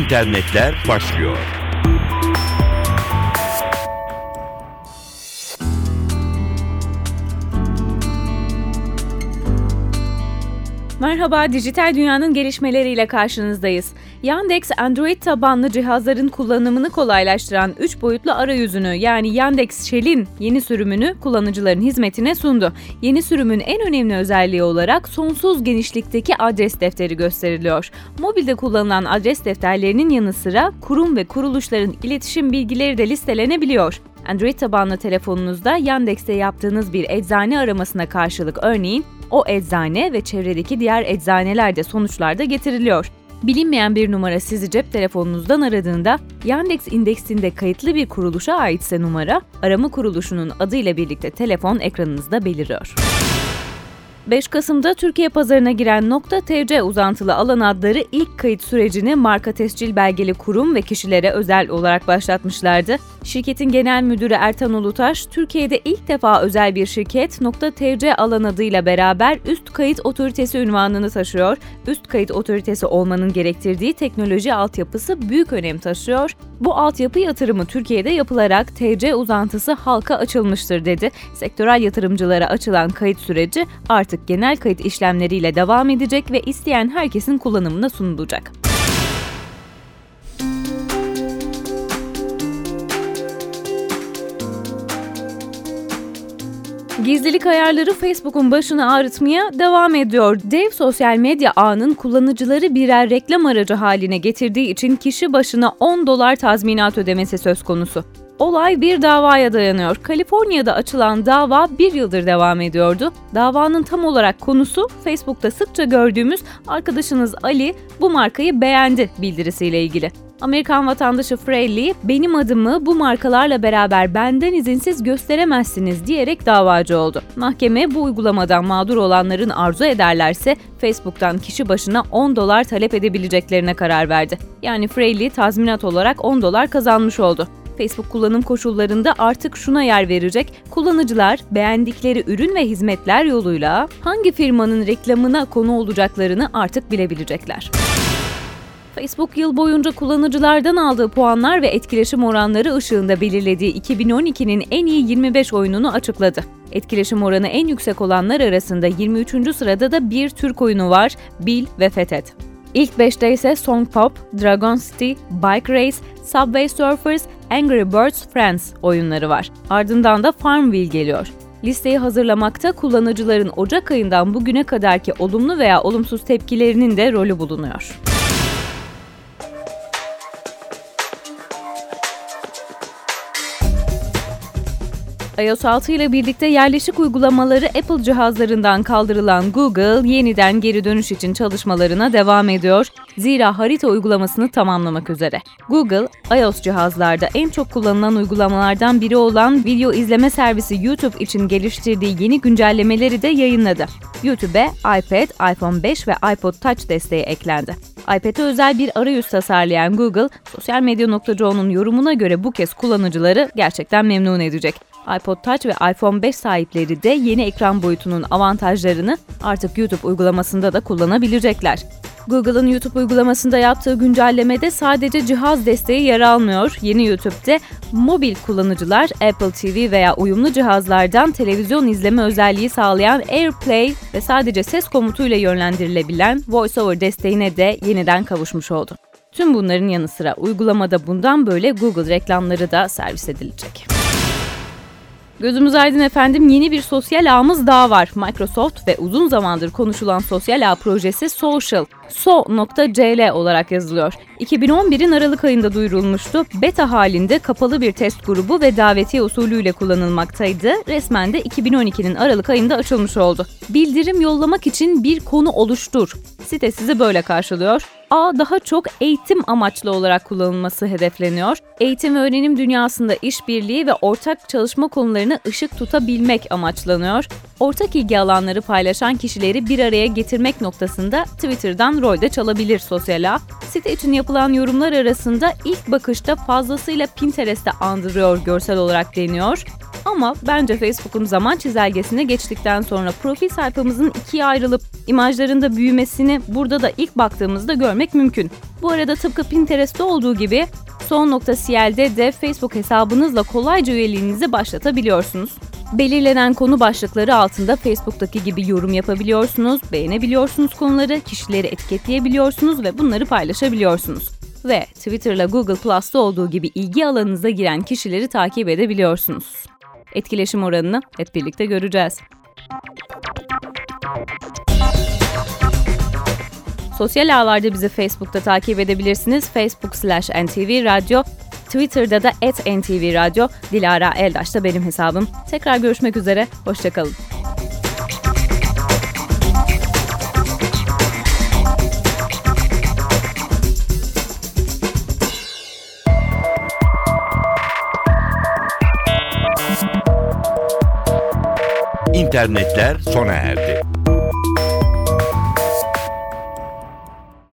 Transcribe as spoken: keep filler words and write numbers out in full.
internetler başlıyor. Merhaba, dijital dünyanın gelişmeleriyle karşınızdayız. Yandex, Android tabanlı cihazların kullanımını kolaylaştıran üç boyutlu arayüzünü yani Yandex Shell'in yeni sürümünü kullanıcıların hizmetine sundu. Yeni sürümün en önemli özelliği olarak sonsuz genişlikteki adres defteri gösteriliyor. Mobilde kullanılan adres defterlerinin yanı sıra kurum ve kuruluşların iletişim bilgileri de listelenebiliyor. Android tabanlı telefonunuzda Yandex'te yaptığınız bir eczane aramasına karşılık örneğin o eczane ve çevredeki diğer eczaneler de sonuçlarda getiriliyor. Bilinmeyen bir numara sizi cep telefonunuzdan aradığında Yandex indeksinde kayıtlı bir kuruluşa aitse numara, arama kuruluşunun adıyla birlikte telefon ekranınızda beliriyor. beş Kasım'da Türkiye pazarına giren .tc uzantılı alan adları ilk kayıt sürecini marka tescil belgeli kurum ve kişilere özel olarak başlatmışlardı. Şirketin genel müdürü Ertan Ulutaş, Türkiye'de ilk defa özel bir şirket .tc alan adıyla beraber üst kayıt otoritesi unvanını taşıyor. Üst kayıt otoritesi olmanın gerektirdiği teknoloji altyapısı büyük önem taşıyor. Bu altyapı yatırımı Türkiye'de yapılarak T C uzantısı halka açılmıştır dedi. Sektörel yatırımcılara açılan kayıt süreci artık genel kayıt işlemleriyle devam edecek ve isteyen herkesin kullanımına sunulacak. Gizlilik ayarları Facebook'un başını ağrıtmaya devam ediyor. Dev sosyal medya ağının kullanıcıları birer reklam aracı haline getirdiği için kişi başına on dolar tazminat ödemesi söz konusu. Olay bir davaya dayanıyor. Kaliforniya'da açılan dava bir yıldır devam ediyordu. Davanın tam olarak konusu Facebook'ta sıkça gördüğümüz "arkadaşınız Ali bu markayı beğendi" bildirisiyle ilgili. Amerikan vatandaşı Fraley, "benim adımı bu markalarla beraber benden izinsiz gösteremezsiniz" diyerek davacı oldu. Mahkeme bu uygulamadan mağdur olanların arzu ederlerse Facebook'tan kişi başına on dolar talep edebileceklerine karar verdi. Yani Fraley tazminat olarak on dolar kazanmış oldu. Facebook kullanım koşullarında artık şuna yer verecek: kullanıcılar beğendikleri ürün ve hizmetler yoluyla hangi firmanın reklamına konu olacaklarını artık bilebilecekler. Facebook yıl boyunca kullanıcılardan aldığı puanlar ve etkileşim oranları ışığında belirlediği iki bin on ikinin en iyi yirmi beş oyununu açıkladı. Etkileşim oranı en yüksek olanlar arasında yirmi üçüncü sırada da bir Türk oyunu var: Bil ve Fethet. İlk beşte ise Song Pop, Dragon City, Bike Race, Subway Surfers, Angry Birds Friends oyunları var. Ardından da Farmville geliyor. Listeyi hazırlamakta kullanıcıların Ocak ayından bugüne kadarki olumlu veya olumsuz tepkilerinin de rolü bulunuyor. i O S altı ile birlikte yerleşik uygulamaları Apple cihazlarından kaldırılan Google, yeniden geri dönüş için çalışmalarına devam ediyor. Zira harita uygulamasını tamamlamak üzere. Google, iOS cihazlarda en çok kullanılan uygulamalardan biri olan video izleme servisi YouTube için geliştirdiği yeni güncellemeleri de yayınladı. YouTube'e iPad, iPhone beş ve iPod Touch desteği eklendi. iPad'e özel bir arayüz tasarlayan Google, sosyal medya nokta com'un yorumuna göre bu kez kullanıcıları gerçekten memnun edecek. iPod Touch ve iPhone beş sahipleri de yeni ekran boyutunun avantajlarını artık YouTube uygulamasında da kullanabilecekler. Google'ın YouTube uygulamasında yaptığı güncellemede sadece cihaz desteği yer almıyor. Yeni YouTube'de mobil kullanıcılar Apple T V veya uyumlu cihazlardan televizyon izleme özelliği sağlayan AirPlay ve sadece ses komutuyla yönlendirilebilen VoiceOver desteğine de yeniden kavuşmuş oldu. Tüm bunların yanı sıra uygulamada bundan böyle Google reklamları da servis edilecek. Gözümüz aydın efendim, yeni bir sosyal ağımız daha var. Microsoft ve uzun zamandır konuşulan sosyal ağ projesi Social, so nokta c l olarak yazılıyor. iki bin on birin Aralık ayında duyurulmuştu. Beta halinde kapalı bir test grubu ve davetiye usulüyle kullanılmaktaydı. Resmen de iki bin on ikinin Aralık ayında açılmış oldu. Bildirim yollamak için bir konu oluştur. Site sizi böyle karşılıyor. Ağ daha çok eğitim amaçlı olarak kullanılması hedefleniyor. Eğitim ve öğrenim dünyasında işbirliği ve ortak çalışma konularını ışık tutabilmek amaçlanıyor. Ortak ilgi alanları paylaşan kişileri bir araya getirmek noktasında Twitter'dan rol de çalabilir sosyal ağ. Site için yapılan yapılan yorumlar arasında ilk bakışta fazlasıyla Pinterest'te andırıyor görsel olarak deniyor. Ama bence Facebook'un zaman çizelgesine geçtikten sonra profil sayfamızın ikiye ayrılıp imajların da büyümesini burada da ilk baktığımızda görmek mümkün. Bu arada tıpkı Pinterest'te olduğu gibi son nokta c l'de de Facebook hesabınızla kolayca üyeliğinizi başlatabiliyorsunuz. Belirlenen konu başlıkları altında Facebook'taki gibi yorum yapabiliyorsunuz, beğenebiliyorsunuz konuları, kişileri etiketleyebiliyorsunuz ve bunları paylaşabiliyorsunuz. Ve Twitter'la Google Plus'ta olduğu gibi ilgi alanınıza giren kişileri takip edebiliyorsunuz. Etkileşim oranını hep birlikte göreceğiz. Sosyal ağlarda bizi Facebook'ta takip edebilirsiniz. Facebook slash N T V Radyo, Twitter'da da at N T V Radyo, Dilara Eldaş da benim hesabım. Tekrar görüşmek üzere, hoşçakalın. İnternetler sona erdi.